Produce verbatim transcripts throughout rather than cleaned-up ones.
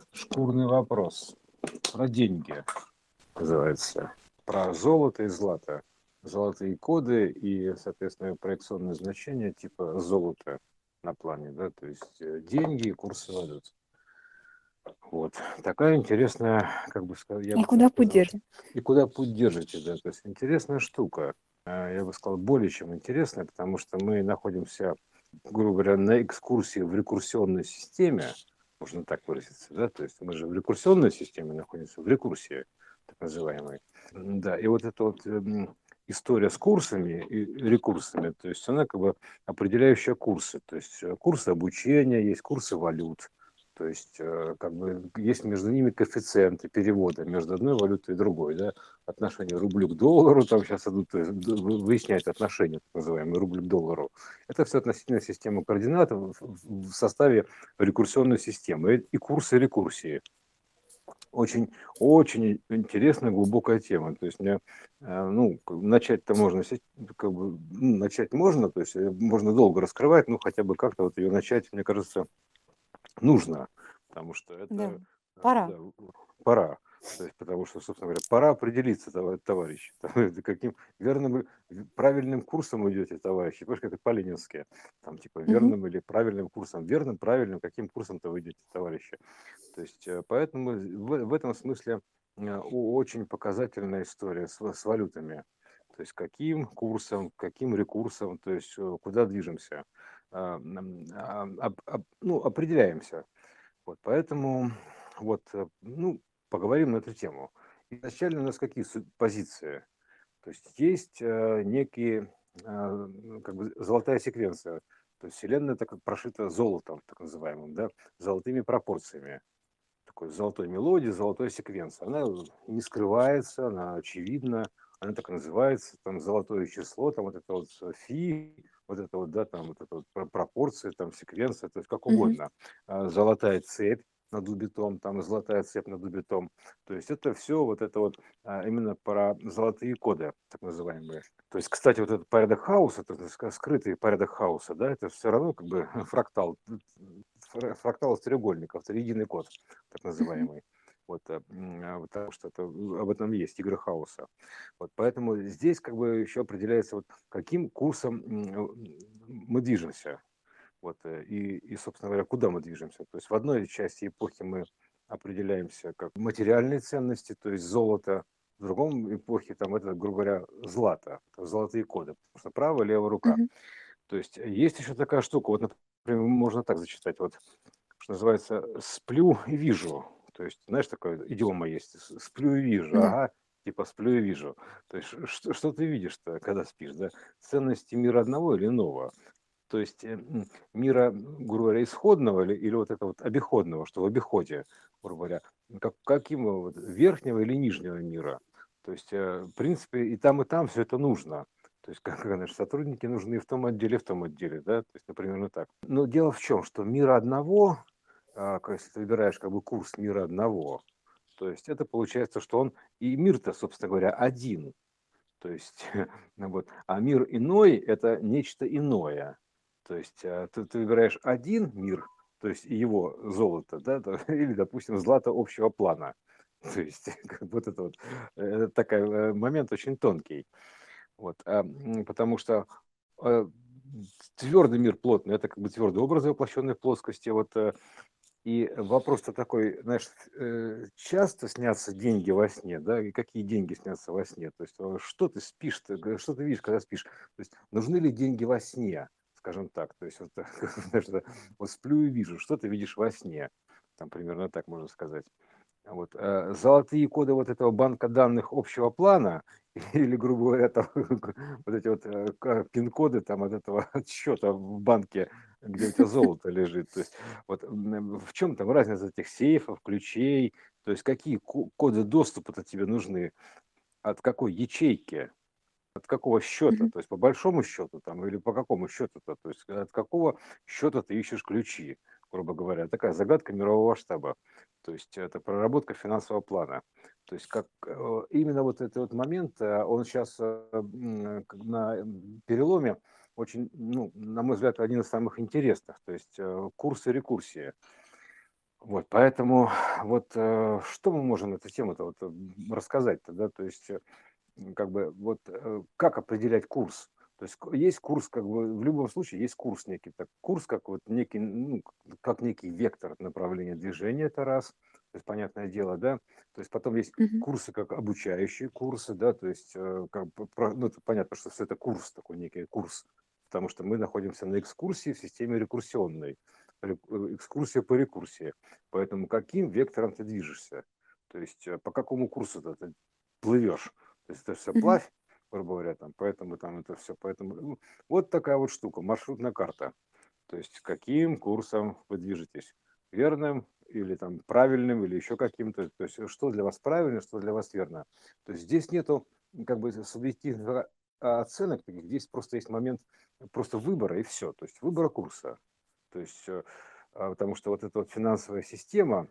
Шкурный вопрос. Про деньги называется. Про золото и злато. Золотые коды и, соответственно, проекционные значения типа золота на плане, да, то есть э, деньги и курсы валют. Вот. Такая интересная, как бы сказать, я И бы так куда путь сказал, держит? и куда путь держите, да, то есть интересная штука. А, Я бы сказал, более чем интересная, потому что мы находимся, грубо говоря, на экскурсии в рекурсионной системе, можно так выразиться, да, то есть мы же в рекурсионной системе находимся, в рекурсии, так называемой. М, Да, и вот эта вот эм, история с курсами и рекурсами, то есть она как бы определяющая курсы, то есть э, курсы обучения, есть курсы валют, то есть, э, как бы есть между ними коэффициенты перевода между одной валютой и другой, да, отношение рублю к доллару, там сейчас идут, то есть, д- вы- выясняют отношения, так называемые, рубль к доллару. Это все относительно системы координат в, в- в составе рекурсионной системы и, и курсы рекурсии. Очень, очень интересная, глубокая тема. То есть мне, э, ну, как бы начать-то можно, се- как бы, ну, начать можно, то есть э, можно долго раскрывать, ну, хотя бы как-то вот ее начать, мне кажется, нужно, потому что Да, это, э, пора. да, пора. То есть, потому что, собственно говоря, пора определиться, товар- товарищи, каким верным, и правильным курсом идете, товарищи. Понимаешь, как это по-ленински, там, типа, Мгм. верным или правильным курсом. Верным, правильным, каким курсом-то вы идете, товарищи. То есть, э, поэтому в, в этом смысле э, о- очень показательная история с, ва- с валютами. То есть, каким курсом, каким рекурсом, то есть, э, куда движемся. А, м, а, об- об- ну, определяемся. Вот, поэтому вот, э, ну, поговорим на эту тему. Изначально у нас какие су- позиции? То есть есть э, некие, э, ну, как бы золотая секвенция. То есть Вселенная так как прошита золотом, так называемым, да, золотыми пропорциями. Такой золотой мелодии, золотой секвенции. Она не скрывается, она очевидна, она так и называется, там золотое число, там вот это вот фи, вот это вот, да, там вот это вот про- пропорции, там секвенция, то есть как Мгм. угодно. А, Золотая цепь над дубитом, там золотая цепь над дубитом. То есть это все вот это вот а, именно про золотые коды, так называемые. То есть, кстати, вот этот порядок хаоса, это так сказать, скрытый порядок хаоса, да, это все равно как бы фрактал, фра- фрактал из треугольников, это единый код так Мгм. называемый. Вот, э, м, а, потому что это, э, об этом есть игры хаоса. Вот, поэтому здесь как бы еще определяется, вот, каким курсом м, э, мы движемся. Вот, э, и, и, собственно говоря, куда мы движемся. То есть в одной части эпохи мы определяемся как материальные ценности, то есть золото, в другом эпохе там это, грубо говоря, злато, это золотые коды, потому что правая, левая рука. Мгм. То есть есть еще такая штука, вот, например, можно так зачитать, вот, что называется, сплю и вижу. То есть, знаешь, такое идиома есть, с- сплю и вижу, Да. ага, типа сплю и вижу. То есть, ш- что, что ты видишь-то, когда спишь, да? Ценности мира одного или иного? То есть э, м, мира, м, грубо говоря, исходного или, или вот этого вот обиходного, что в обиходе, грубо говоря, как, каким вот, верхнего или нижнего мира. То есть, э, в принципе, и там, и там все это нужно. То есть, как наши сотрудники нужны и в том отделе, и в том отделе, да, то есть, например, ну так. Но дело в чем, что мира одного, а, к- если ты выбираешь как бы курс мира одного, то есть это получается, что он и мир-то, собственно говоря, один. То есть, ну вот, а мир иной – это нечто иное. То есть а, ты, ты выбираешь один мир, то есть его золото, да, то- или, допустим, злато общего плана. То есть как бы вот это вот э, такой э, момент очень тонкий. Вот, а, м, потому что твердый мир плотный – это как бы твердые образы, воплощенные в плоскости. Вот, э, и вопрос-то такой, знаешь, э, часто снятся деньги во сне, да, и какие деньги снятся во сне? То есть, э, что ты спишь, ты, г- что ты видишь, когда спишь? То есть, нужны ли деньги во сне, скажем так? То есть, вот, знаешь, это, вот сплю и вижу, что ты видишь во сне? Там примерно так можно сказать. Вот, э, золотые коды вот этого банка данных общего плана или, грубо говоря, там, вот эти вот э, к- пин-коды там от этого счета в банке, где у тебя золото лежит. То есть вот м, в чем там разница этих сейфов, ключей, то есть какие ко- коды доступа-то тебе нужны, от какой ячейки, от какого счета, Мгм. то есть по большому счету там или по какому счету-то, то есть от какого счета ты ищешь ключи, грубо говоря, такая загадка мирового масштаба, то есть это проработка финансового плана, то есть как э, именно вот этот вот момент, э, он сейчас на м, переломе очень, ну, на мой взгляд, один из самых интересных, то есть э, курсы рекурсии. Вот, поэтому вот э, что мы можем на эту тему-то вот, э, рассказать-то, да, то есть э, м, как бы вот э, как определять курс? То есть ку- есть курс, как бы в любом случае есть курс некий, так курс как вот некий, ну, к- как некий вектор направления движения, это раз, то есть понятное дело, да, то есть потом есть Мгм. курсы как обучающие курсы, да, то есть э, как бы про- ну, это понятно, что все это курс такой некий курс, потому что мы находимся на экскурсии в системе рекурсионной, Рек- э, экскурсия по рекурсии. Поэтому каким вектором ты движешься? То есть э, по какому курсу ты плывешь? То есть это все Мгм. плавь, грубо говоря, там, поэтому там это все, поэтому ну, вот такая вот штука, маршрутная карта. То есть каким курсом вы движетесь? Верным или там правильным, или еще каким-то. То есть что для вас правильно, что для вас верно. То есть здесь нету как бы субъективных а, оценок таких, здесь просто есть момент просто выбора и все. То есть выбора курса. То есть, э, а, потому что вот эта вот финансовая система,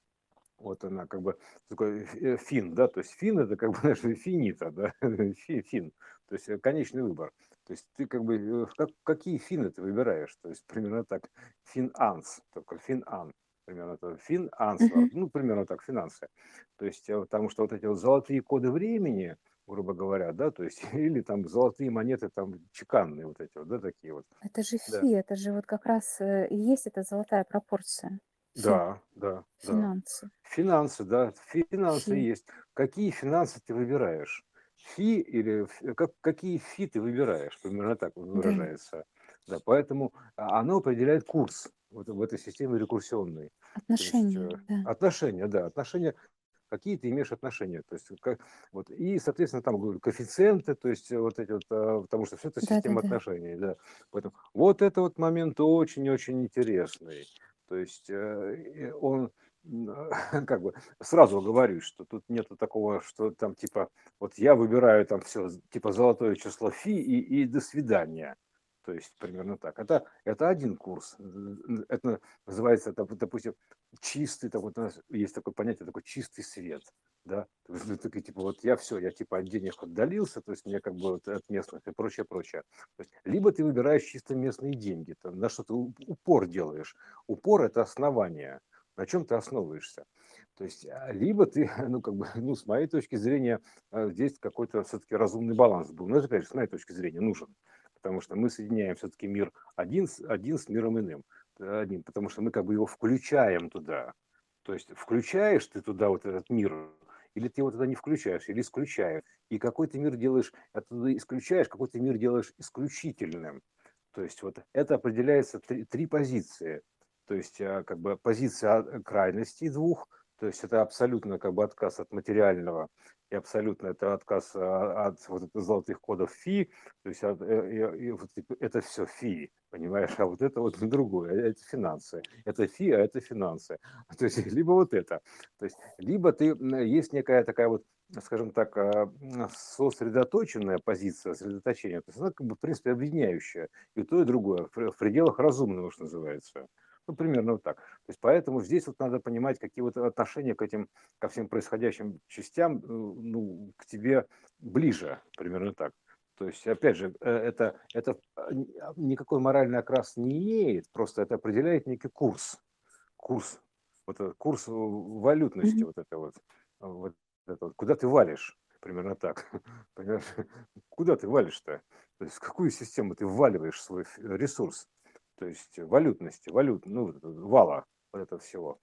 вот она как бы такой э, фин, да, то есть фин это как бы, знаешь, финита, да, фи- фин, то есть э, конечный выбор. То есть ты как бы, э, как, какие фины ты выбираешь, то есть примерно так, финанс, только финан, примерно это финансвар, Мгм. ну, примерно так, финансы. То есть, э, потому что вот эти вот золотые коды времени, грубо говоря, да, то есть, или там золотые монеты там чеканные вот эти вот, да, такие вот, Это же да. фи, это же вот как раз э, и есть эта золотая пропорция. Фи, Да, да, да. финансы, Финансы, да, финансы фи. есть. Какие финансы ты выбираешь? Фи или ф- как, какие фи ты выбираешь? Примерно так вот Да, выражается. Да, поэтому а, оно определяет курс вот в этой системе рекурсионной. То есть отношения, э, да. отношения, да, отношения, какие ты имеешь отношения. То есть, как, вот, и, соответственно, там говорю, коэффициенты, то есть э, вот эти вот, а, потому что все это система Да-да-да. отношений, да. Поэтому вот это вот момент очень-очень интересный. То есть э, и он м, как бы сразу говорю, что тут нету такого, что там типа вот я выбираю там все типа золотое число фи и, и до свидания. То есть примерно так. Это, это один курс. Н- Это называется, доп- допустим, чистый, так вот у нас есть такое понятие, такой чистый свет. Да, то есть, ну, такой, типа, вот я все, я типа от денег отдалился, то есть мне как бы вот от местных и прочее, прочее. То есть, либо ты выбираешь чисто местные деньги, там, на что ты у- упор делаешь. Упор это основание, на чем ты основываешься. То есть, а, либо ты, ну, как бы, ну, с моей точки зрения, а, здесь какой-то все-таки разумный баланс был. Но это, опять же, с моей точки зрения, нужен. Потому что мы соединяем все-таки мир один, с- один с миром иным. э, Одним, потому что мы как бы его включаем туда. То есть включаешь ты туда вот этот мир, или ты его туда не включаешь, или исключаешь. И какой ты мир делаешь, оттуда исключаешь, какой ты мир делаешь исключительным. То есть вот это определяется три, три позиции. То есть а, как бы позиция а, крайностей двух, то есть это абсолютно как бы отказ от материального и абсолютно это отказ а, от вот этих золотых кодов фи, то есть от, э, и- и вот это все фи, понимаешь, а вот это вот другое, э, это финансы, это фи, а это финансы, то есть либо вот это, то есть либо ты м, есть некая такая вот, скажем так, а, м, сосредоточенная позиция, сосредоточение, то есть она как бы в принципе объединяющая и то, и другое, в в пределах разумного, что называется. Ну, примерно вот так. То есть поэтому здесь вот надо понимать, какие вот отношения к этим, ко всем происходящим частям, э, ну, к тебе ближе, примерно так. То есть, опять же, э, это, это а, н- а, никакой моральный окрас не имеет, просто это определяет некий курс. Курс, вот этот курс э, валютности, Мгм. вот это вот, а, вот это вот, куда ты валишь, примерно так. Понимаешь? Куда ты валишь-то? То есть в какую систему ты вваливаешь свой ф- ресурс? То есть валютности, валют, ну, вот это вала вот этого всего.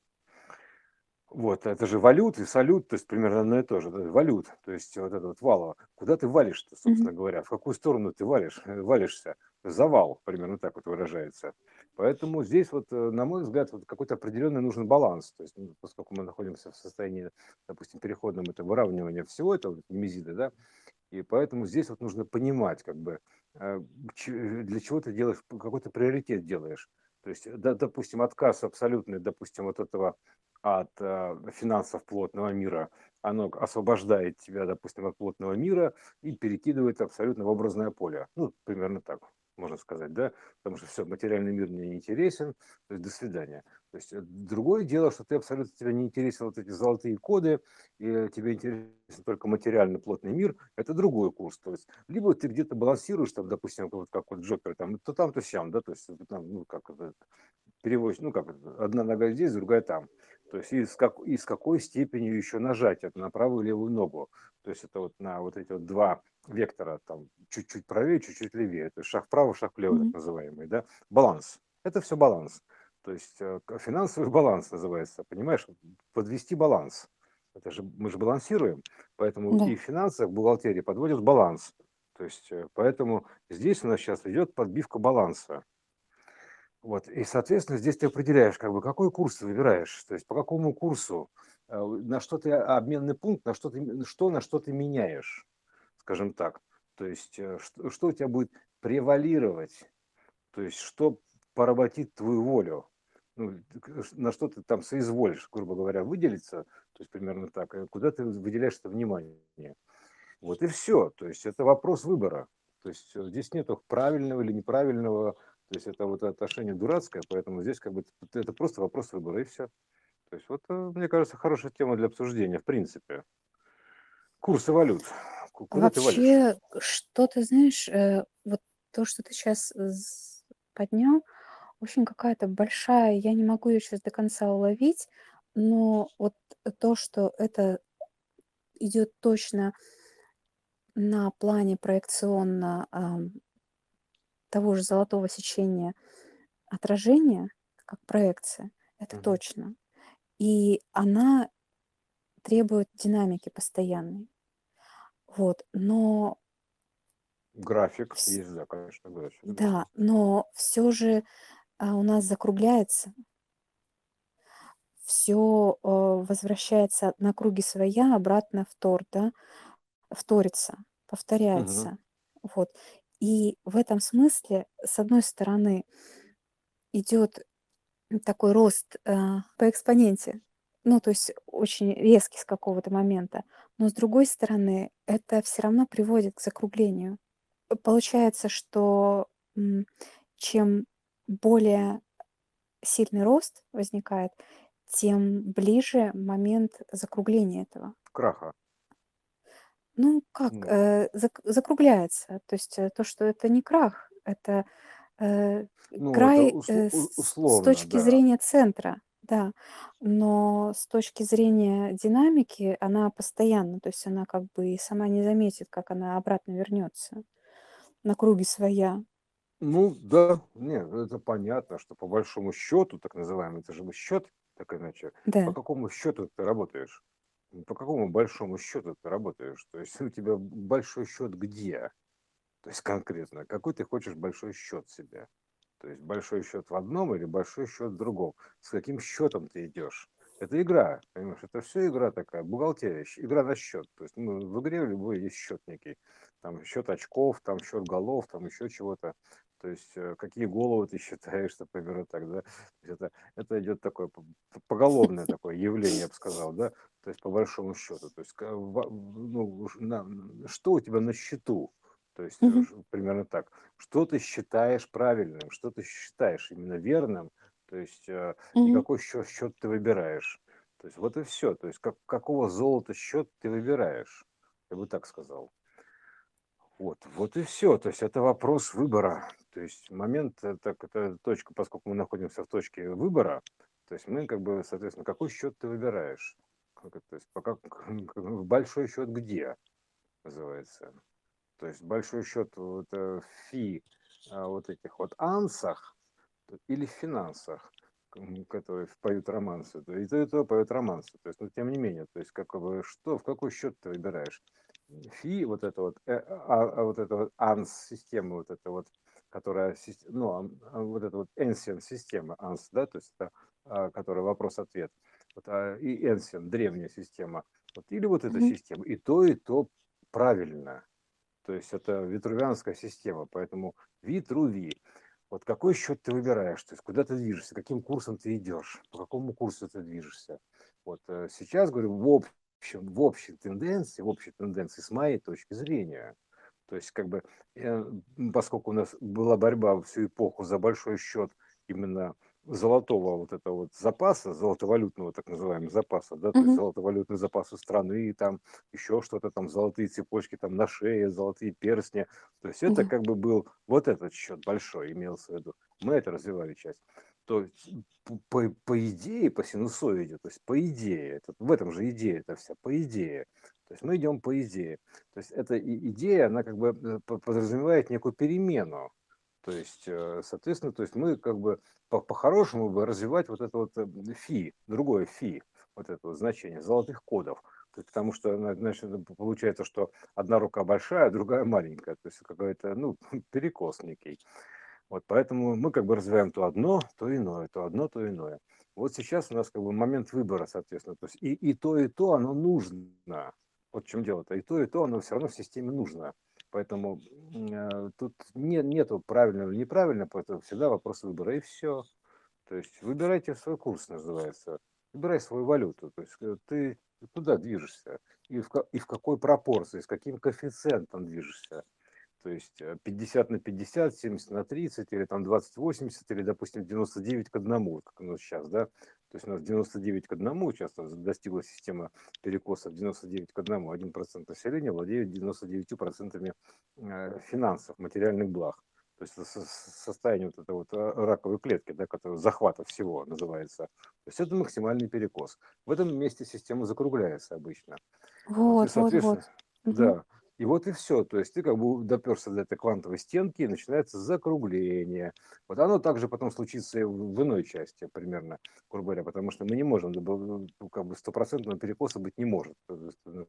Вот, это же валют и салют, то есть примерно одно и то же, да, валют, то есть вот это вот вало. Куда ты валишь-то, Мгм. собственно говоря, в какую сторону ты валишь, э, валишься? Завал, примерно так вот выражается. Поэтому здесь вот, э, на мой взгляд, вот какой-то определенный нужен баланс, то есть ну, поскольку мы находимся в состоянии, допустим, переходном, это выравнивание всего этого, вот, немезида, да, и поэтому здесь вот нужно понимать, как бы, э, ч- для чего ты делаешь, какой ты приоритет делаешь. То есть, да, допустим, отказ абсолютный, допустим, вот этого от э, финансов плотного мира, оно освобождает тебя, допустим, от плотного мира и перекидывает абсолютно в образное поле. Ну, примерно так. можно сказать, да, потому что все, материальный мир мне не интересен, то есть до свидания. То есть э, другое дело, что ты абсолютно тебя не интересен вот эти золотые коды, и тебе интересен только материальный плотный мир, это другой курс. То есть либо ты где-то балансируешь, там, допустим, вот как вот Джокер, там, то там, то сям, да, то есть там, ну, как это, перевозить, ну как, одна нога здесь, другая там. То есть и с, как, и с какой степенью еще нажать это на правую и левую ногу. То есть это вот на вот эти вот два вектора, там чуть-чуть правее, чуть-чуть левее. То есть шаг вправо, шаг влево, так Мгм. называемый, да. Баланс. Это все баланс. То есть э, к- финансовый баланс называется, понимаешь? Подвести баланс. Это же мы же балансируем, поэтому и Да. в финансах, в бухгалтерии подводят баланс. То есть э, поэтому здесь у нас сейчас идет подбивка баланса. Вот, и, соответственно, здесь ты определяешь, как бы, какой курс ты выбираешь, то есть по какому курсу, э, на что ты а, обменный пункт, на что ты, что на что ты меняешь, скажем так. То есть э, что, что у тебя будет превалировать, то есть что поработит твою волю, ну, к- на что ты там соизволишь, грубо говоря, выделиться, то есть примерно так, э, куда ты выделяешь это внимание. Вот и все. То есть это вопрос выбора. То есть э, здесь нету правильного или неправильного. То есть это вот отношение дурацкое, поэтому здесь как бы т- это просто вопрос выбора и все. То есть вот, э, мне кажется, хорошая тема для обсуждения, в принципе. Курсы валют. Ку- Куда ты валишь? Вообще, что ты знаешь, э, вот то, что ты сейчас поднял, очень какая-то большая, я не могу ее сейчас до конца уловить, но вот то, что это идет точно на плане проекционно, ам, того же золотого сечения отражения, как проекция, это Мгм. точно. И она требует динамики постоянной. Вот, но График вс есть, да, конечно, график, да. да, но все же, а, у нас закругляется, все возвращается на круги своя, обратно в тор, да, вторится, Мгм. повторяется. Вот. И в этом смысле, с одной стороны, идет такой рост, а, по экспоненте, ну, то есть очень резкий с какого-то момента, но с другой стороны, это все равно приводит к закруглению. Получается, что, м, чем более сильный рост возникает, тем ближе момент закругления этого. Краха. Ну, как, Ну, э, зак закругляется. То есть, э, то, что это не крах, это, э, ну, это край, усло- э, у- с с условно, точки да. зрения центра, да. Но с точки зрения динамики она постоянна, то есть она как бы и сама не заметит, как она обратно вернется на круги своя. Ну да, нет, это понятно, что по большому счету, так называемый, это же счет, так иначе, по Да. какому счету ты работаешь? Ну, по какому большому счету ты работаешь? То есть у тебя большой счет где? То есть конкретно, какой ты хочешь большой счет себе? То есть большой счет в одном или большой счет в другом? С каким счетом ты идешь? Это игра, понимаешь? Это все игра такая, бухгалтерия, щ- игра на счет. То есть ну, в игре любой есть счет некий. Там счет очков, там счет голов, там еще чего-то. То есть э, какие головы ты считаешь, например, вот так, да? То есть это, это идет такое п- п- поголовное такое явление, я бы сказал, да? То есть по большому счету. То есть ка- ва- ну, уж на- что у тебя на счету? То есть э, Мгм. ж- примерно так. Что ты считаешь правильным, что ты считаешь именно верным, то есть э, и Мгм. какой счет, счет ты выбираешь. То есть вот и все. То есть как, какого золота счет ты выбираешь, я бы так сказал. Вот, вот и все. То есть это вопрос выбора. То есть момент, э, так, это точка, поскольку мы находимся в точке выбора, то есть мы как бы, соответственно, какой счет ты выбираешь? Как это, то есть пока большой счет где называется? То есть большой счет вот, э, фи а, вот этих вот ансах т- или в финансах, м, которые поют романсы. То есть и то, и то поют романсы. То есть, но тем не менее, то есть как бы что, в какой счет ты выбираешь? Фи, вот это вот, э, а, а вот это вот анс-система, вот это вот, которая, сис- ну, ам- а вот это вот ancient система, анс, да, то есть это, а, которая вопрос-ответ. Вот, а, и ancient, древняя система. Вот, или вот эта Мгм. система. И то, и то правильно. То есть это витрувианская система, поэтому Витруви. Вот какой счет ты выбираешь, то есть куда ты движешься, каким курсом ты идешь, по какому курсу ты движешься. Вот э, сейчас, говорю, в общем, в общей тенденции, в общей тенденции с моей точки зрения, То есть, как бы, э, поскольку у нас была борьба всю эпоху за большой счет именно золотого вот этого вот запаса, золотовалютного так называемого запаса, да, то есть Мгм. золотовалютные запасы страны, там еще что-то там, золотые цепочки там на шее, золотые перстни. То есть это Да. как бы был вот этот счет большой, имелся в виду. Мы это развивали часть. То есть п- по, по идее, по синусоиде, то есть по идее, это, в этом же идея это вся, по идее. То есть мы идем по идее. То есть эта и- идея, она как бы э, по- подразумевает некую перемену. То есть, э, соответственно, то есть мы как бы по- по-хорошему бы развивать вот это вот э, фи, другое фи, вот это вот значение золотых кодов. То есть, потому что, на- значит, это получается, что одна рука большая, а другая маленькая. То есть какой-то, ну, перекос некий. Вот поэтому мы как бы развиваем то одно, то иное, то одно, то иное. Вот сейчас у нас как бы момент выбора, соответственно. То есть и, и то, и то оно нужно. Вот в чем дело-то. И то, и то оно все равно в системе нужно. Поэтому э, тут не, нету правильного или неправильного, поэтому всегда вопрос выбора. И все. То есть выбирайте свой курс, называется. Выбирай свою валюту. То есть э, ты куда движешься и в, ка- и в какой пропорции, с каким коэффициентом движешься. То есть э, пятьдесят на пятьдесят, семьдесят на тридцать, или там двадцать восемьдесят, или, допустим, девяносто девять к одному, как у нас сейчас, да. То есть у нас девяносто девять к одному, сейчас достигла система перекосов девяносто девять к одному, один процент населения владеет девяносто девятью процентами э, финансов, материальных благ. То есть это состояние вот этой вот э, раковой клетки, да, которая захвата всего называется. То есть это максимальный перекос. В этом месте система закругляется обычно. Вот, и, Вот, вот, соответственно, вот. Мгм. да, и вот и все. То есть ты как бы доперся до этой квантовой стенки, и начинается закругление. Вот оно также потом случится и в в иной части примерно, грубо говоря, потому что мы не можем, ну, как бы стопроцентного перекоса быть не может. То есть, ну,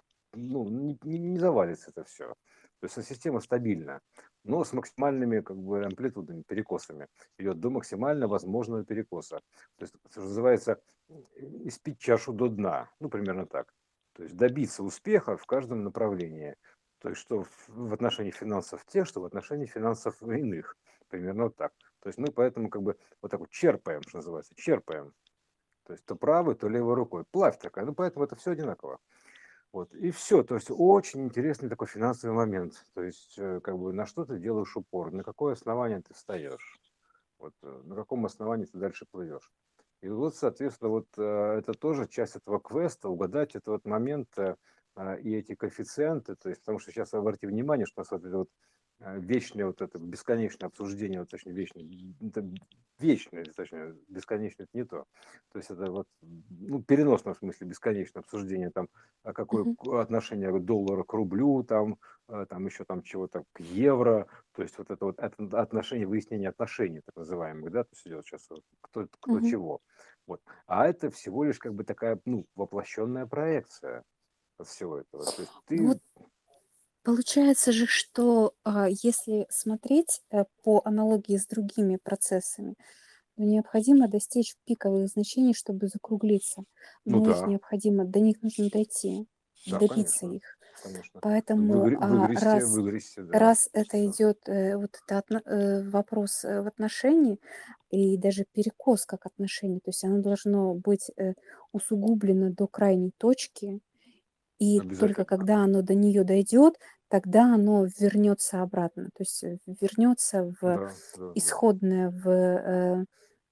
ну, не, не- не завалится это все. То есть система стабильна, но с максимальными как бы амплитудами, перекосами. Идет до максимально возможного перекоса. То есть, что называется, испить чашу до дна. Ну, примерно так. То есть добиться успеха в каждом направлении. То есть что в в отношении финансов тех, что в отношении финансов иных. Примерно вот так. То есть мы поэтому как бы вот так вот черпаем, что называется, черпаем. То есть то правой, то левой рукой. Плавь такая. Ну, поэтому это все одинаково. Вот, и все. То есть очень интересный такой финансовый момент. То есть э, как бы на что ты делаешь упор, на какое основание ты встаешь, вот, э, на каком основании ты дальше плывешь. И вот, соответственно, вот э, это тоже часть этого квеста, угадать этот вот момент э, а, и эти коэффициенты, то есть, потому что сейчас обратите внимание, что у нас вот это вот э, вечное вот это бесконечное обсуждение, вот, точнее, вечное, это вечное, точнее, бесконечное это не то. То есть это вот, ну, в переносном смысле бесконечное обсуждение там, а какое Мгм. к- отношение доллара к рублю, там, э, там еще там чего-то к евро, то есть вот это вот это отношение, выяснение отношений, так называемых, да, то есть идет сейчас вот кто, кто Мгм. чего. Вот. А это всего лишь как бы такая, ну, воплощенная проекция от всего этого. То есть Вот ты, получается же, что, а, если смотреть, э, по аналогии с другими процессами, то необходимо достичь пиковых значений, чтобы закруглиться. ну Но их да, необходимо до них нужно дойти, да, добиться конечно, их. конечно. Поэтому, Выгре- а, выгрести, раз выгрести, да. раз это Всё. идет, э, вот это отно э, вопрос, э, в отношении и даже перекос как отношений, то есть оно должно быть, э, усугублено до крайней точки, и только Обязательно. когда оно до нее дойдет, тогда оно вернется обратно. То есть, э, вернется в Да, да, да. исходное, в, э,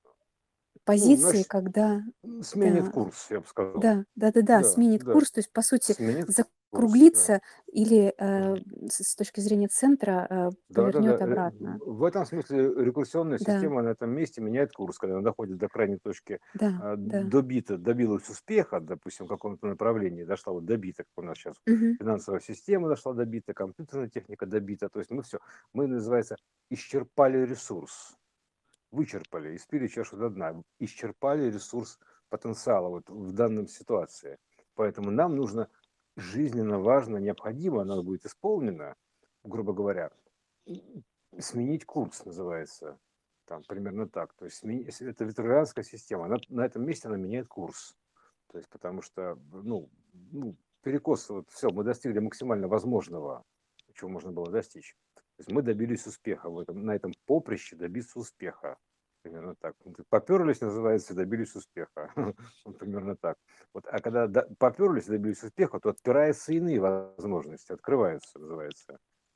Ну, позиции, значит, когда сменит да, курс, я бы сказал. да, да-да-да, Да, сменит да. курс, то есть, по сути, Сменит курс, да. закруглится или, э, Мгм. с с точки зрения центра, э, Да-да-да. повернет э, обратно. В этом смысле рекурсионная Да, система на этом месте меняет курс, когда она доходит до крайней точки, да, а, да. добита, добилась успеха, допустим, в каком-то направлении, дошла вот добита, как у нас сейчас Мгм, финансовая система дошла добита, компьютерная техника добита, то есть мы все, мы, называется, исчерпали ресурс, вычерпали, испили чашу до дна, исчерпали ресурс потенциала вот в данном ситуации. Поэтому нам нужно жизненно важно, необходимо, оно будет исполнено, грубо говоря, сменить курс, называется. Там примерно так. То есть смени- если это ветеранская система, она, на этом месте она меняет курс. То есть потому что, ну, ну перекос, вот все, мы достигли максимально возможного, чего можно было достичь. То есть мы добились успеха в этом, на этом поприще добиться успеха. Примерно так. Поперлись, называется, добились успеха. Вот примерно так. Вот, а когда до- поперлись, добились успеха, то отпираются иные возможности, открываются, называется.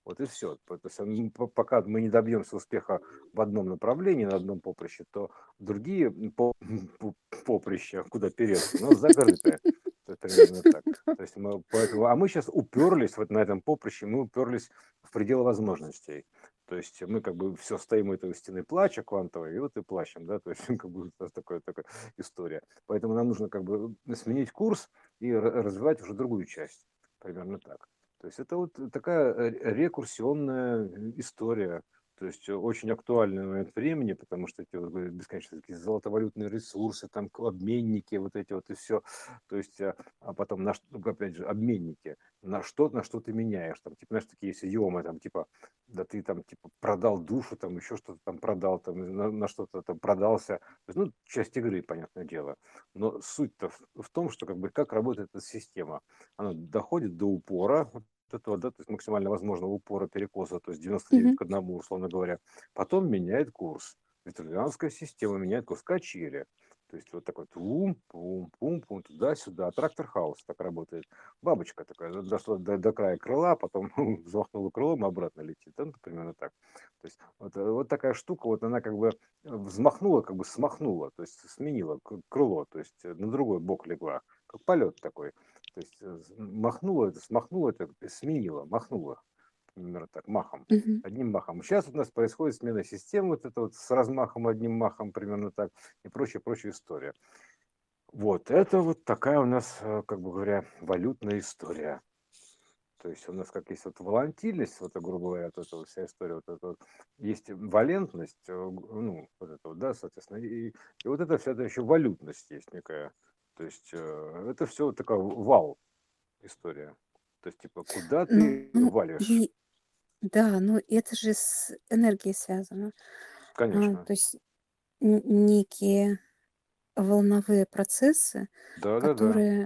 Вот и все. То есть, м, п- пока мы не добьемся успеха в одном направлении, на одном поприще, то другие м, по- по- поприща, куда переться, но закрыты. То есть примерно так. То есть мы поэтому, а мы сейчас уперлись вот на этом поприще, мы уперлись в пределы возможностей. То есть мы как бы все стоим у этой стены плача квантовой, и вот и плачем, да, то есть как бы вот такая, такая история. Поэтому нам нужно как бы сменить курс и ра- развивать уже другую часть, примерно так. То есть это вот такая э, рекурсионная э, история, то есть э, очень актуальный момент времени, потому что эти вот говорю, бесконечно такие золотовалютные ресурсы, там к- обменники, вот эти вот и все, то есть, а, а потом, на, ш- ну, опять же, обменники, на что, на что ты меняешь, там, типа, знаешь, такие есть идиомы, там, типа, да ты там, типа, продал душу, там, еще что-то там продал, там, на, на что-то там продался, то есть, ну, часть игры, понятное дело, но суть-то в, в том, что, как бы, как работает эта система, она доходит до упора, вот этого, да, то есть максимально возможного упора перекоса, то есть девяносто девять Мгм. к одному, условно говоря, потом меняет курс. Витрувианская система меняет курс качели. То есть вот такой пум, пум, пум, пум, туда-сюда. Трактор хаус так работает. Бабочка такая дошла до, до края крыла, потом взмахнула крылом и обратно летит. Ну, примерно так. То есть вот, э, вот такая штука, вот она как бы взмахнула, как бы смахнула, то есть сменила к- крыло, то есть э, на другой бок легла, как полет такой. То есть э, махнула это, смахнула это, сменила, махнула, примерно так, махом, Мгм. одним махом. Сейчас у нас происходит смена систем, вот это вот с размахом, одним махом, примерно так, и прочая, прочая история. Вот, это вот такая у нас, э, как бы говоря, валютная история. То есть у нас как есть вот волатильность, вот, грубо говоря, вот эта вот вся история, вот это вот, есть валентность, э, г- ну, вот это вот, да, соответственно, и, и вот это вся эта еще валютность есть некая. То есть э, это все вот такая вал история. То есть, типа, куда ты Ну валишь? и да, ну это же с энергией связано. А, Конечно. то есть н некие волновые процессы, Да-да-да. которые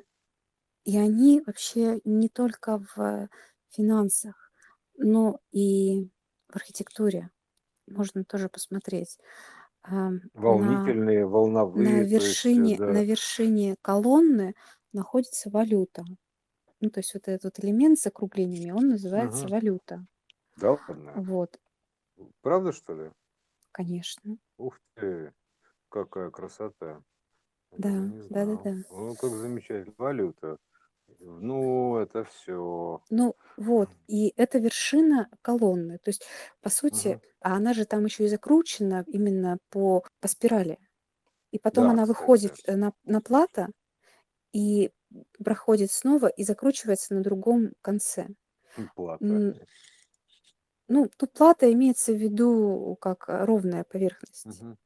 и они вообще не только в финансах, но и в архитектуре можно тоже посмотреть. Ам, на Волнительные, на волновые, то есть, э, вершине на да. вершине колонны находится валюта. Ну, то есть вот этот вот элемент с закруглениями, он называется Мгм. валюта. Да ладно. Вот, Правда, что ли? конечно. Ух ты, какая красота. Я Да, даже не знал. да-да-да. О, как замечательно. Валюта. Ну, это все. Ну вот, и это вершина колонны. То есть, по сути, Мгм. а она же там еще и закручена именно по по спирали. И потом Да, она кстати, выходит, э, на на плато и проходит снова и закручивается на другом конце. плата. М, ну, тут плата имеется в виду как, э, ровная поверхность. Мгм.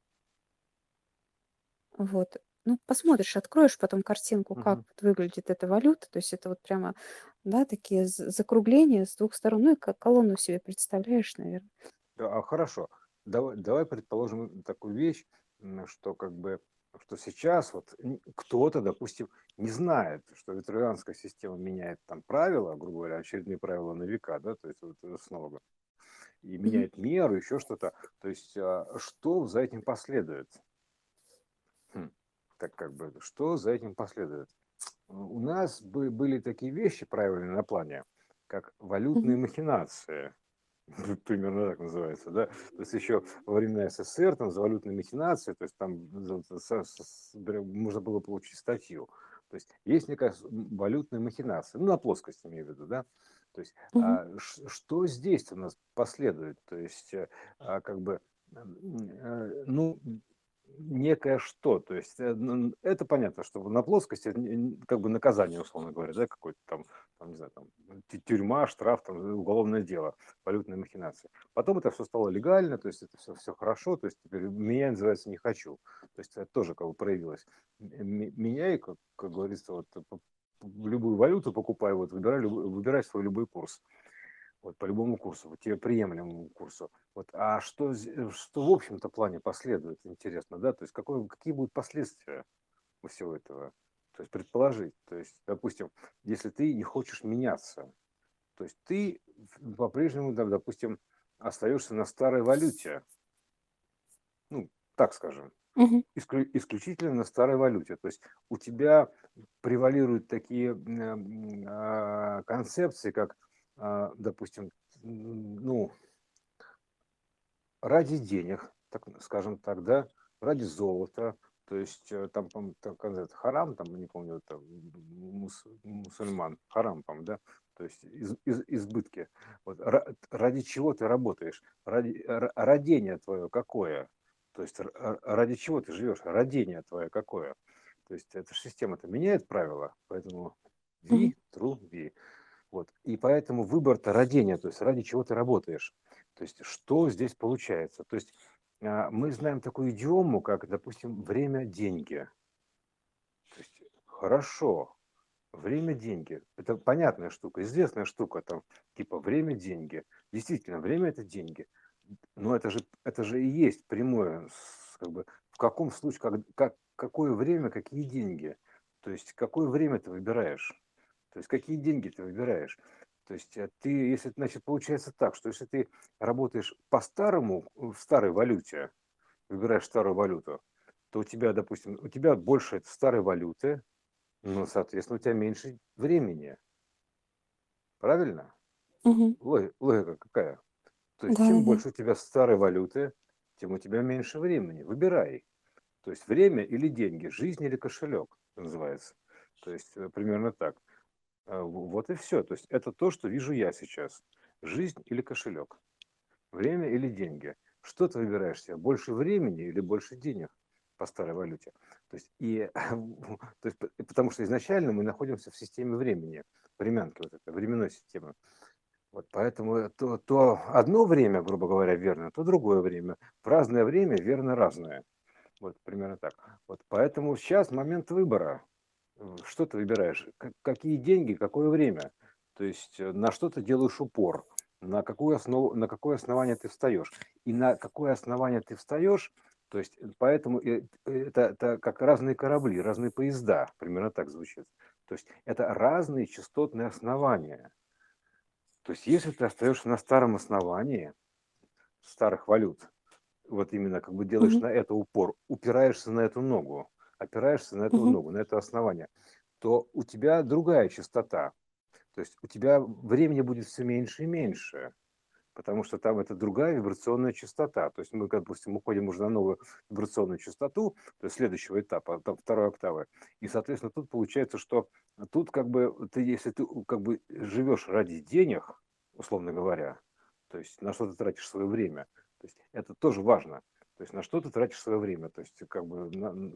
Вот. Ну, посмотришь, откроешь потом картинку, как Мгм. вот выглядит эта валюта. То есть это вот прямо, да, такие з закругления с двух сторон. Ну, и как колонну себе представляешь, наверное. Да, а хорошо. Давай, давай предположим такую вещь, м, что как бы что сейчас вот н- кто-то, допустим, не знает, что ветеранская система меняет там правила, грубо говоря, очередные правила на века, да, то есть вот э, снова, и меняет меру, еще что-то. То есть а, что за этим последует? Хм, так как бы, что за этим последует? У нас бы были такие вещи правильные на плане, как валютные Мгм. махинации. Примерно так называется, да. То есть еще во времена СССР там за валютные махинации, то есть там за- за- со- со- с- прям можно было получить статью. То есть есть некая с- м, валютная махинация, ну на плоскости имею в виду, да. То есть Мгм. а, ш- что здесь у нас последует? То есть э, а, как бы м, э, ну некое что, то есть э, н- это понятно, что на плоскости это не- не- как бы наказание, условно говоря, да, какое-то там, там, не знаю, там тю- тюрьма, штраф, там, уголовное дело, валютные махинации. Потом это все стало легально, то есть это все, все хорошо, то есть теперь меня называется не хочу. То есть это тоже как бы проявилось. М- Меняй, как, как говорится, вот, п- п- любую валюту покупай, вот, выбирай, любой- выбирай свой любой курс. Вот по любому курсу, вот тебе приемлемому курсу. Вот, а что, з- что в общем-то плане последует, интересно, да? То есть какой, какие будут последствия у всего этого? То есть предположить, то есть, допустим, если ты не хочешь меняться, то есть ты в- по-прежнему, да, допустим, остаешься на старой валюте, ну, так скажем, Мгм. исклю- исключительно на старой валюте. То есть у тебя превалируют такие м, а, концепции, как а, допустим, м, ну, ради денег, так скажем так, да, ради золота, то есть э, там, по там концепт харам, там, не помню, там, мус- мусульман, харам, по да, то есть из, из- избытки. Вот, ра- ради чего ты работаешь? Ради, р- родение твое какое? То есть р- р- ради чего ты живешь? Родение твое какое? То есть эта ж система-то меняет правила, поэтому Мгм. ви, тру, ви. Вот. И поэтому выбор-то родения, то есть ради чего ты работаешь. То есть что здесь получается? То есть а, мы знаем такую идиому, как, допустим, время– деньги. То есть хорошо, время– деньги. Это понятная штука, известная штука, там, типа время– деньги. Действительно, время– это деньги. Но это же, это же и есть прямое, с- как бы, в каком случае, как, как, какое время, какие деньги. То есть какое время ты выбираешь. То есть какие деньги ты выбираешь. То есть э, ты, если, значит, получается так, что если ты работаешь по-старому, в старой валюте, выбираешь старую валюту, то у тебя, допустим, у тебя больше старой валюты, ну, соответственно, у тебя меньше времени. Правильно? Мгм. Логи- Логика какая? То есть чем Да-да-да. больше у тебя старой валюты, тем у тебя меньше времени. Выбирай. То есть время или деньги, жизнь или кошелек называется. То есть э, примерно так. А, в- Вот и все. То есть это то, что вижу я сейчас. Жизнь или кошелек. Время или деньги. Что ты выбираешь себе? Больше времени или больше денег по старой валюте? То есть, и, то есть, п- потому что изначально мы находимся в системе времени, времянки, вот это, временной системы. Вот поэтому то, то одно время, грубо говоря, верно, то другое время. В разное время верно разное. Вот примерно так. Вот поэтому сейчас момент выбора. Э, Что ты выбираешь? Как- Какие деньги, какое время? То есть э, на что ты делаешь упор? На какую основу, на какое основание ты встаешь? И на какое основание ты встаешь? То есть э, поэтому э, это, это как разные корабли, разные поезда. Примерно так звучит. То есть это разные частотные основания. То есть если ты остаешься на старом основании старых валют, вот именно как бы делаешь Мгм. на это упор, упираешься на эту ногу, опираешься на эту Мгм. ногу, на это основание, то у тебя другая частота. То есть у тебя времени будет все меньше и меньше, потому что там это другая вибрационная частота. То есть мы, как, допустим, уходим уже на новую вибрационную частоту, то есть следующего этапа, там, второй октавы. И, соответственно, тут получается, что тут как бы ты, если ты как бы живешь ради денег, условно говоря, то есть на что ты тратишь свое время, то есть это тоже важно. То есть на что ты тратишь свое время, то есть как бы на,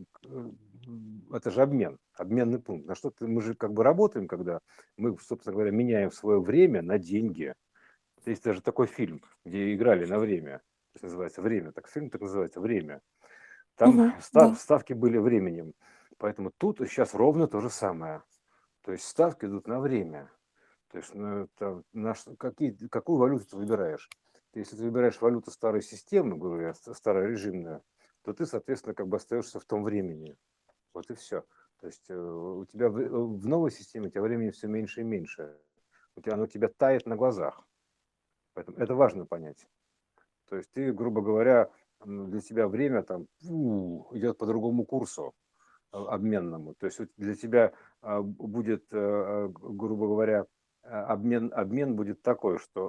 это же обмен, обменный пункт. На что ты, мы же как бы работаем, когда мы, собственно говоря, меняем свое время на деньги. Есть даже такой фильм, где играли на время. То есть называется «Время». Так фильм так называется «Время». Там Мгм. став, Да. ставки были временем. Поэтому тут сейчас ровно то же самое. То есть ставки идут на время. То есть ну, там, на что- какие, какую валюту ты выбираешь? Если ты выбираешь валюту старой системы, говорю я, ст- старорежимную, то ты, соответственно, как бы остаешься в том времени. Вот и все. То есть э, у тебя в, в новой системе у тебя времени все меньше и меньше. У тебя, оно у тебя тает на глазах. Поэтому это важно понять. То есть ты, грубо говоря, для тебя время там фу, идет по другому курсу а, обменному. То есть вот для тебя а, будет, э, а, грубо говоря, а, обмен, обмен будет такой, что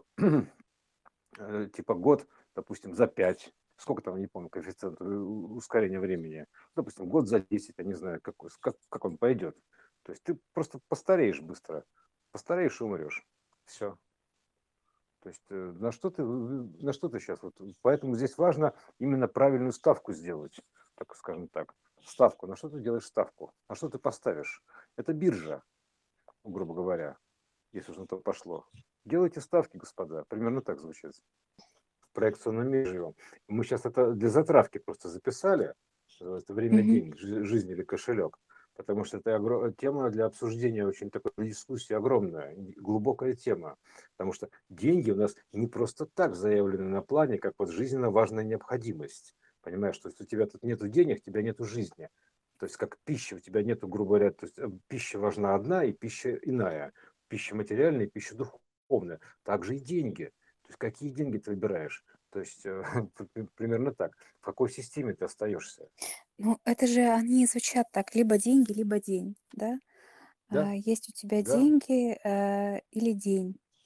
э, типа год, допустим, за пять, сколько там, не помню, коэффициент э, ускорения времени, допустим, год за десять, я не знаю, как, как, как он пойдет. То есть ты просто постареешь быстро, постареешь и умрешь. Все. То есть э, на что ты, на что ты сейчас? Вот, поэтому здесь важно именно правильную ставку сделать, так скажем так. Ставку. На что ты делаешь ставку? На что ты поставишь? Это биржа, грубо говоря, если уж на то пошло. Делайте ставки, господа. Примерно так звучит. В проекционном мире живем. Мы сейчас это для затравки просто записали. э, Это время, Мгм. денег, жи- жизнь или кошелек. Потому что это огро- тема для обсуждения, очень такой для дискуссии огромная, и глубокая тема. Потому что деньги у нас не просто так заявлены на плане, как вот жизненно важная необходимость. Понимаешь, то есть у тебя тут нету денег, у тебя нету жизни. То есть как пища, у тебя нету, грубо говоря, то есть э, пища важна одна и пища иная. Пища материальная и пища духовная. Также и деньги. То есть какие деньги ты выбираешь? То есть э, примерно так. В какой системе ты остаешься? Ну, это же они звучат так: либо деньги, либо день, да? Да, А, есть у тебя да, деньги, э, или день.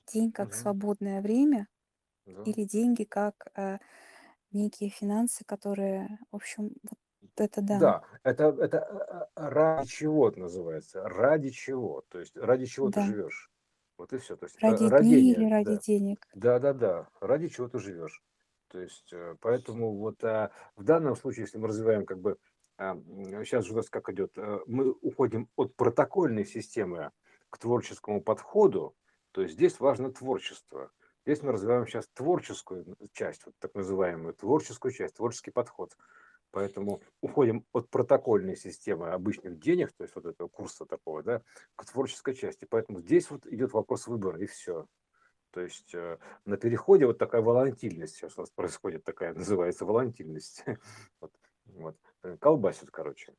день как Мгм. свободное время Да. или деньги как, э, некие финансы, которые, в общем, вот это да. Да, это это, э, э, ради чего это называется? Ради чего? То есть ради чего ты Да. живешь? Вот и все. То есть, э, Ради дней или родение, ради да. денег? Да-да-да, ради чего ты живешь. То есть, э, поэтому вот, а, в данном случае, если мы развиваем как бы, а, м, щас же у нас как идет, э, мы уходим от протокольной системы к творческому подходу, то есть здесь важно творчество. Здесь мы развиваем сейчас творческую н часть, вот так называемую творческую часть, творческий подход. Поэтому уходим от протокольной системы обычных денег, то есть вот этого курса такого, да, к творческой части. Поэтому здесь вот идет вопрос выбора, и все. То есть э, на переходе вот такая волатильность сейчас у нас происходит, такая называется волатильность. Вот, вот. Э, Колбасит, короче.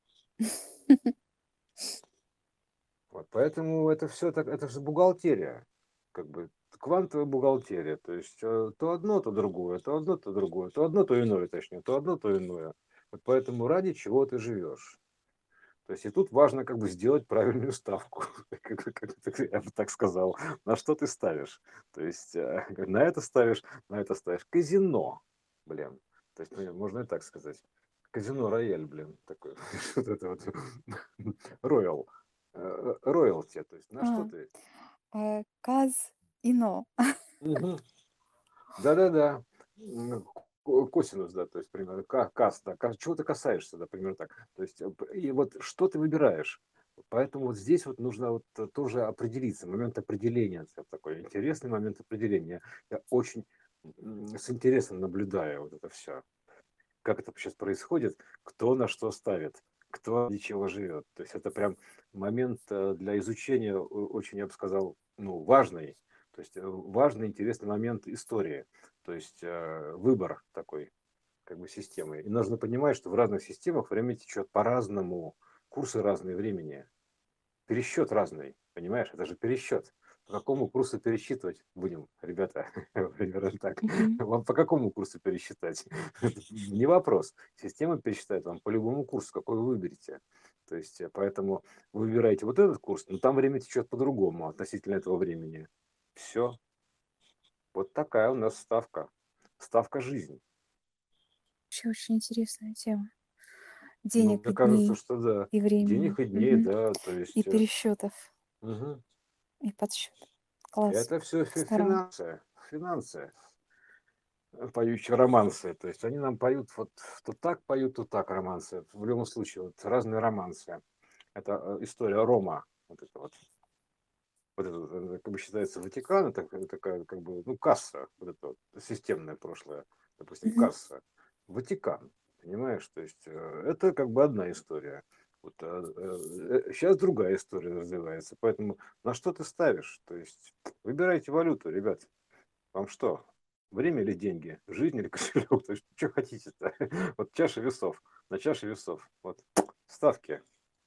Вот, поэтому это все так, это же бухгалтерия, как бы квантовая бухгалтерия. То есть э, то одно, то другое, то одно, то другое, то одно, то иное, точнее, то одно, то иное. Вот поэтому ради чего ты живешь. То есть и тут важно как бы сделать правильную ставку, как, как- как я бы так сказал, на что ты ставишь. То есть э, на это ставишь, на это ставишь. Казино, блин. То есть ну, можно и так сказать. Казино рояль, блин, такой. Вот это вот. Роял. Э, Роялти, то есть на что А, ты? э, казино. Мгм. Да-да-да. М, ко- Косинус, да, то есть примерно ка- кас, да, ка- чего ты касаешься, да, примерно так. То есть э, п- и вот что ты выбираешь. Поэтому вот здесь вот нужно вот э, тоже определиться, момент определения, это такой интересный момент определения. Я очень м, с интересом наблюдаю вот это все, как это сейчас происходит, кто на что ставит, кто для чего живет. То есть это прям момент э, для изучения о- очень, я бы сказал, ну, важный. То есть э, важный, интересный момент истории. То есть э, выбор такой как бы системы. И нужно понимать, что в разных системах время течет по-разному, курсы разные времени. Пересчет разный, понимаешь? Это же пересчет. По какому курсу пересчитывать будем, ребята? Примерно так. Мгм. Вам по какому курсу пересчитать? Не вопрос. Система пересчитает вам по любому курсу, какой вы выберете. То есть, э, поэтому вы выбираете вот этот курс, но там время течет по-другому относительно этого времени. Все. Вот такая у нас ставка. Ставка жизни. Вообще очень интересная тема. Ну, Денег мне и кажется, дней, что да. и времени. Денег и дней, Мгм. да, то И есть, э, пересчетов, мгм. и подсчетов. Класс. Это все Здорово. финансы, финансы. Э, поющие романсы. То есть они нам поют вот то так поют, то так романсы. В любом случае, вот разные романсы. Это э, история Рома. Вот это вот. Вот это, вот, э, как бы считается Ватикан, это как- такая как бы, ну, касса, вот это вот, системное прошлое, допустим, Мгм. касса. Ватикан, понимаешь? То есть э, это как бы одна история. Вот, сейчас другая история развивается. Поэтому на что ты ставишь? То есть выбирайте валюту, ребят. Вам что? Время или деньги? Жизнь или кошелек? То есть, что хотите-то? Вот чаша весов. На чаше весов. Вот. Ставки.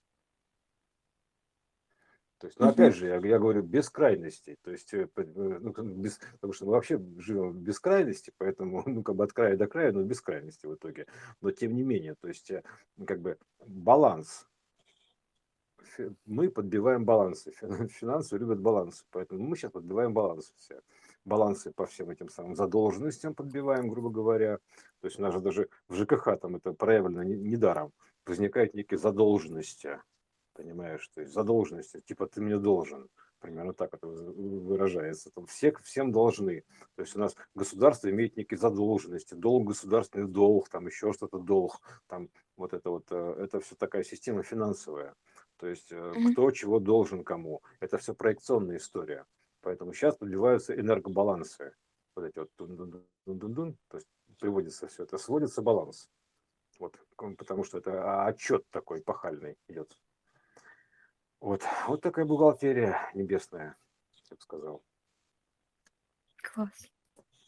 То есть, ну, Мгм. опять же, я, я говорю, без крайностей. То есть, э, п- э, ну, как бы без, потому что мы вообще живем без крайности, поэтому, ну, как бы от края до края, но без крайности в итоге. Но тем не менее, то есть, э, как бы баланс. Фи- Мы подбиваем балансы. Фин- Финансы любят балансы. Поэтому мы сейчас подбиваем балансы все. Балансы по всем этим самым задолженностям подбиваем, грубо говоря. То есть у нас же даже в ЖКХ там это проявлено не- недаром. Возникают некие задолженности. Понимаешь? То есть задолженности. Типа ты мне должен. Примерно так это вы- выражается. Там все всем должны. То есть у нас государство имеет некие задолженности. Долг, государственный долг, там еще что-то долг. Там вот это вот, э, это все такая система финансовая. То есть э, Мгм. кто чего должен кому. Это все проекционная история. Поэтому сейчас подбиваются энергобалансы. Вот эти вот дун-дун-дун-дун-дун. То есть приводится все это, сводится баланс. Вот, потому что это отчет такой пахальный идет. Вот, вот такая бухгалтерия небесная, я бы сказал. Класс.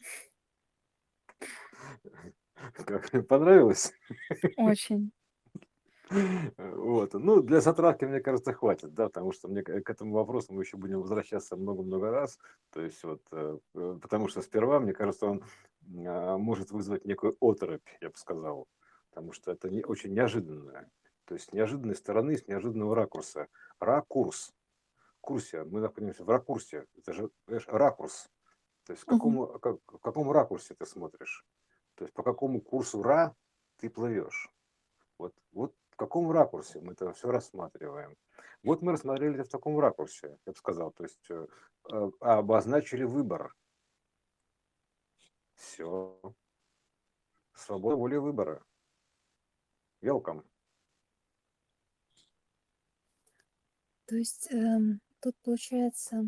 Как понравилось? Очень. Вот. Ну, для затравки, мне кажется, хватит, да, потому что мне к к этому вопросу мы еще будем возвращаться много-много раз. То есть вот, э, э, потому что сперва, мне кажется, он а, может вызвать некую оторопь, я бы сказал, потому что это не, очень неожиданное. То есть с неожиданной стороны, с неожиданного ракурса. Ракурс. курсе, мы находимся в ракурсе. Это же, понимаешь, ракурс. То есть в Мгм. каком, как, в каком ракурсе ты смотришь? То есть по какому курсу Ра ты плывешь? Вот, вот в каком ракурсе мы это все рассматриваем. Вот мы рассмотрели это в таком ракурсе, я бы сказал. То есть э, э, обозначили выбор. Все. Свобода воли выбора. Welcome. То есть эм, тут получается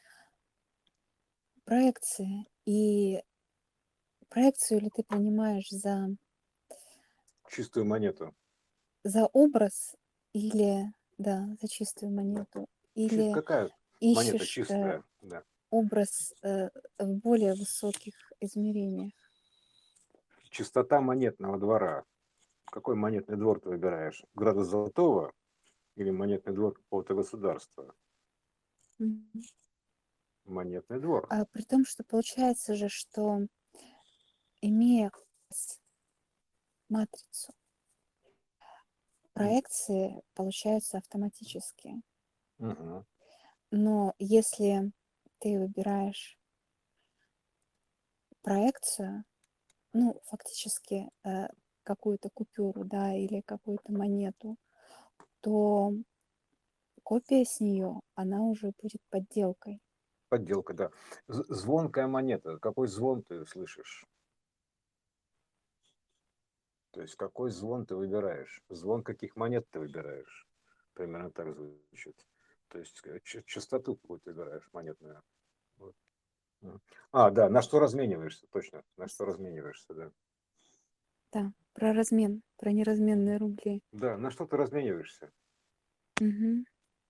проекция. И проекцию ли ты принимаешь за, Чистую монету. за образ или, да, за чистую монету, Чи- или Какая монета ищешь э, чистая? Да. образ э, в более высоких измерениях? Чистота монетного двора. Какой монетный двор ты выбираешь? Градус золотого или монетный двор какого-то государства? Мгм. Монетный двор. А при том, что получается же, что имея с- матрицу, проекции получаются автоматически. Мгм. Но если ты выбираешь проекцию, ну, фактически э, какую-то купюру, да, или какую-то монету, то копия с нее, она уже будет подделкой. Подделка, да. З- Звонкая монета. Какой звон ты слышишь? То есть какой звон ты выбираешь? Звон каких монет ты выбираешь? Примерно так звучит. То есть э, ч- частоту какую ты выбираешь монетную. Вот. Мгм. А, да, на что размениваешься, точно. На что размениваешься, да. Да, про размен, про Мгм. неразменные рубли. Да, на что ты размениваешься? Мгм.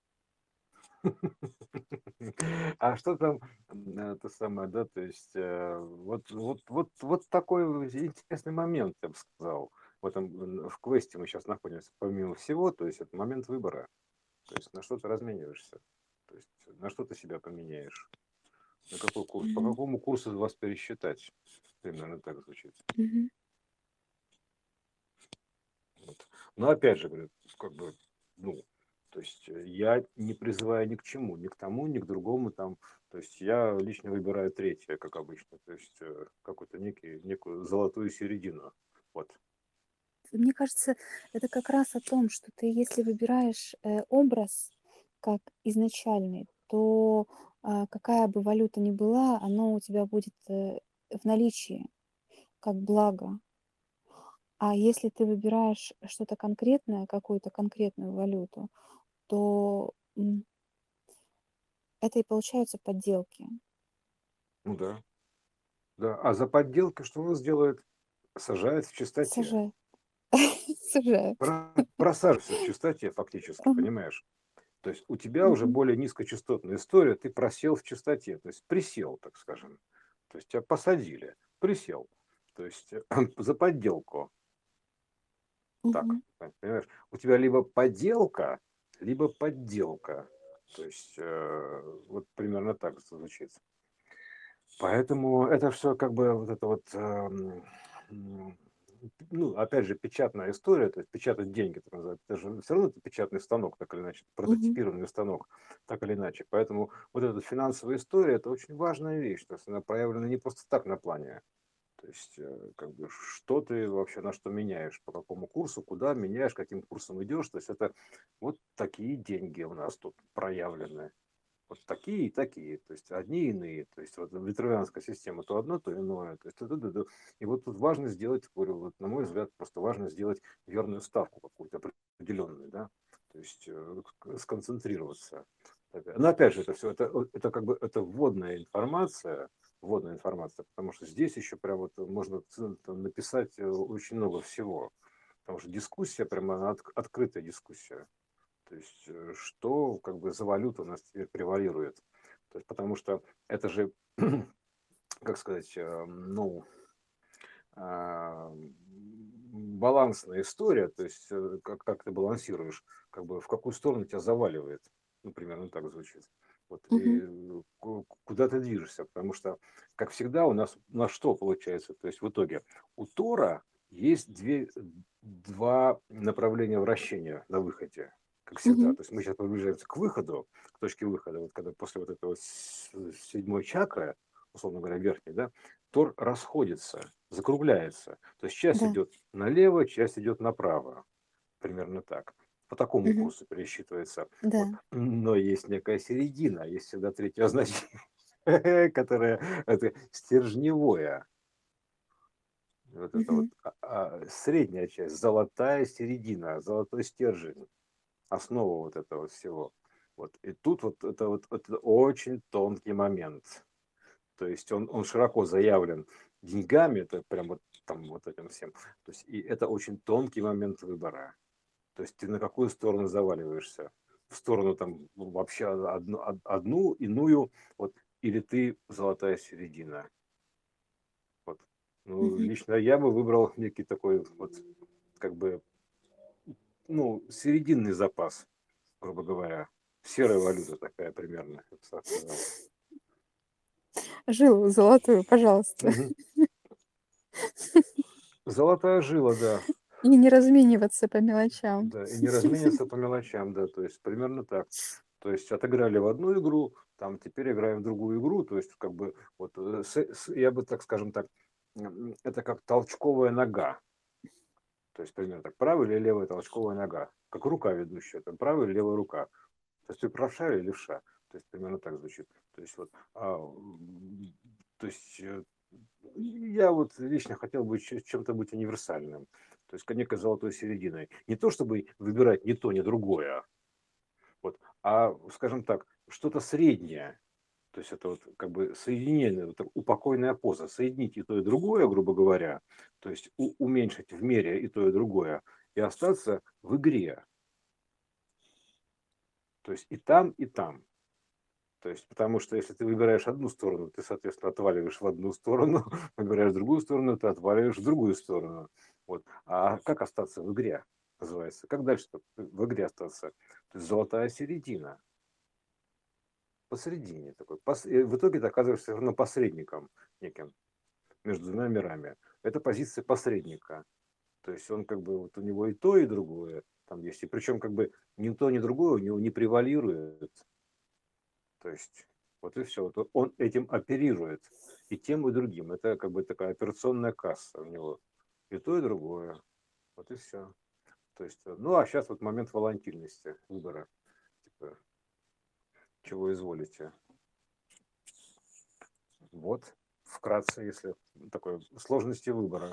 А что там, м, это самое, да, то есть э, вот, вот, вот, вот такой интересный момент, я бы сказал. В этом, м, в квесте мы сейчас находимся, помимо всего, то есть это момент выбора. То есть на что ты размениваешься? То есть на что ты себя поменяешь? На какой курс? По Мгм. какому курсу вас пересчитать? Примерно так звучит. Мгм. Вот. Но опять же, говорю, как бы, ну, то есть э, я не призываю ни к чему, ни к тому, ни к другому там. То есть я лично выбираю третье, как обычно. То есть э, какую-то некий, некую золотую середину. Вот. Мне кажется, это как раз о том, что ты, если выбираешь э, образ как изначальный, то а, какая бы валюта ни была, оно у тебя будет э, в наличии как благо. А если ты выбираешь что-то конкретное, какую-то конкретную валюту, то м, это и получаются подделки. Ну да. Да. А за подделки что у нас делает? Сажает в чистоте. Сажают. Сажают. Про- Просаживается в чистоте фактически, Мгм. понимаешь? То есть у тебя уже Мгм. более низкочастотная история, ты просел в частоте, то есть присел, так скажем. То есть тебя посадили, присел. То есть э, за подделку. Так, Мгм. понимаешь? У тебя либо подделка, либо подделка. То есть э, вот примерно так звучит. Поэтому это все как бы вот это вот, эм, м, ну, опять же, печатная история, то есть печатать деньги, так называется. Это же все равно это печатный станок, так или иначе, Мгм. прототипированный станок, так или иначе. Поэтому вот эта финансовая история, это очень важная вещь, то есть она проявлена не просто так на плане. То есть, э, как бы, что ты вообще на что меняешь, по какому курсу, куда меняешь, каким курсом идешь. То есть это вот такие деньги у нас тут проявлены. Вот такие и такие, то есть одни и иные. То есть вот витрувианская система то одно, то иное. То есть, ту- ту- ту- ту. И вот тут важно сделать, говорю, вот, на мой взгляд, просто важно сделать верную ставку какую-то определенную, да, то есть э, к- сконцентрироваться. Так, но опять же, это все, это, вот, это как бы это вводная информация, вводная информация, потому что здесь еще прям вот можно ц- там написать э, очень много всего. Потому что дискуссия, прямо она от- открытая дискуссия. То есть, э, что как бы за валюта у нас теперь превалирует. То есть, потому что это же, как сказать, э, ну, а, балансная история, то есть э, как, как ты балансируешь, как бы в какую сторону тебя заваливает, ну, примерно так звучит. Вот, Мгм. и ку- куда ты движешься, потому что, как всегда, у нас на что получается, то есть в итоге у Тора есть две, два направления вращения на выходе, как всегда. Мгм. То есть мы сейчас приближаемся к выходу, к точке выхода, вот когда после вот этого с- седьмой чакры, условно говоря, верхней, да, Тор расходится, закругляется. То есть часть Да. идет налево, часть идет направо. Примерно так. По такому Мгм. курсу пересчитывается. Да. Вот. Но есть некая середина, есть всегда третье значение, которое это стержневое. Вот это вот Мгм. а, а, средняя часть, золотая середина, золотой стержень, основа вот этого всего. Вот. И тут вот это вот это очень тонкий момент. То есть он, он широко заявлен деньгами, это прям вот там вот этим всем. То есть и это очень тонкий момент выбора. То есть ты на какую сторону заваливаешься? В сторону там ну, вообще одну, од- одну, иную, вот, или ты золотая середина. Вот. Ну, Мгм. лично я бы выбрал некий такой вот, как бы, ну, серединный запас, грубо говоря. Серая валюта такая примерно, я бы так сказал. Жилу золотую, пожалуйста. Мгм. Золотая жила, да. И не размениваться по мелочам. Да, и не разменятся по мелочам, да, то есть примерно так. То есть отыграли в одну игру, там теперь играем в другую игру, то есть как бы вот э, с- с- я бы так скажем так, м, это как толчковая нога, то есть примерно так, правая или левая толчковая нога, как рука ведущая, там правая или левая рука, то есть ты правша или левша, то есть примерно так звучит. То есть вот, а, м, то есть э, я вот лично хотел бы ч- чем-то быть универсальным, то есть некой золотой серединой. Не то чтобы выбирать ни то, ни другое, вот, а, скажем так, что-то среднее. То есть это вот как бы соединение, вот так, упокойная поза, соединить и то, и другое, грубо говоря, то есть у- уменьшить в мере и то, и другое, и остаться в игре. То есть и там, и там. То есть, потому что если ты выбираешь одну сторону, ты, соответственно, отваливаешь в одну сторону, выбираешь другую сторону, ты отваливаешь в другую сторону. Вот. А как остаться в игре, называется? Как дальше в игре остаться? То есть золотая середина. Посередине такой. Пос- и в итоге ты оказываешься все равно посредником неким между двумя мирами. Это позиция посредника. То есть он как бы вот у него и то, и другое там есть. И причем как бы ни то, ни другое у него не превалирует. То есть вот и все. Вот он этим оперирует. И тем, и другим. Это как бы такая операционная касса у него. И то, и другое. Вот и все. То есть, э, ну а сейчас вот момент волатильности выбора. Типа, чего изволите. Вот, вкратце, если такой сложности выбора.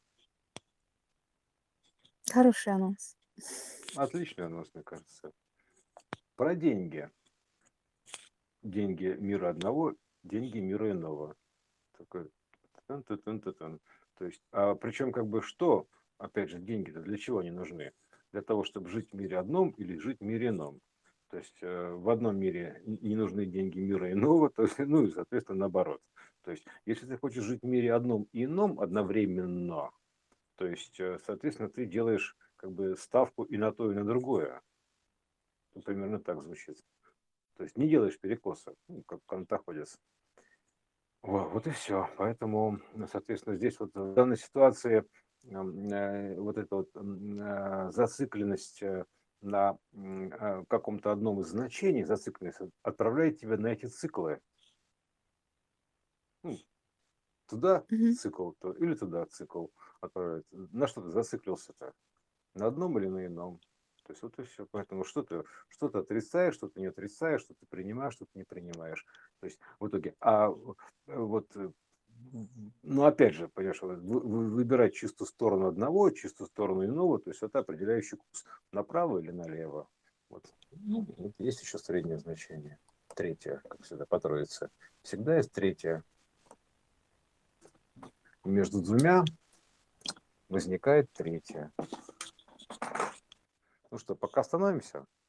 Хороший анонс. Отличный анонс, мне кажется. Про деньги. Деньги мира одного, деньги мира иного. Такой тан-тан-тан-тан. То есть, а причем как бы что, опять же, деньги-то для чего они нужны? Для того, чтобы жить в мире одном или жить в мире ином. То есть э, в одном мире не нужны деньги мира иного, то есть, ну и, соответственно, наоборот. То есть, если ты хочешь жить в мире одном и ином одновременно, то есть, э, соответственно, ты делаешь как бы ставку и на то, и на другое. Ну, примерно так звучит. То есть не делаешь перекоса, ну, как канатоходец. Во, вот и все. Поэтому, ну, соответственно, здесь вот в данной ситуации м, э, вот эта вот м, э, зацикленность э, на м, э, каком-то одном из значений, зацикленность от- отправляет тебя на эти циклы. Ну, туда Мгм. цикл, то, или туда цикл отправляет. На что ты зациклился-то? На одном или на ином. То есть вот и все. Поэтому что ты, что ты отрицаешь, что ты не отрицаешь, что ты принимаешь, что ты не принимаешь. То есть в итоге, а э, вот, э, ну опять же, понимаешь, вот вы- вы- выбирать чистую сторону одного, чистую сторону иного, то есть это определяющий курс направо или налево. Вот. Ну, вот есть еще среднее значение. Третье, как всегда, по троице. Всегда есть третье. Между двумя возникает третье. Ну что, пока остановимся?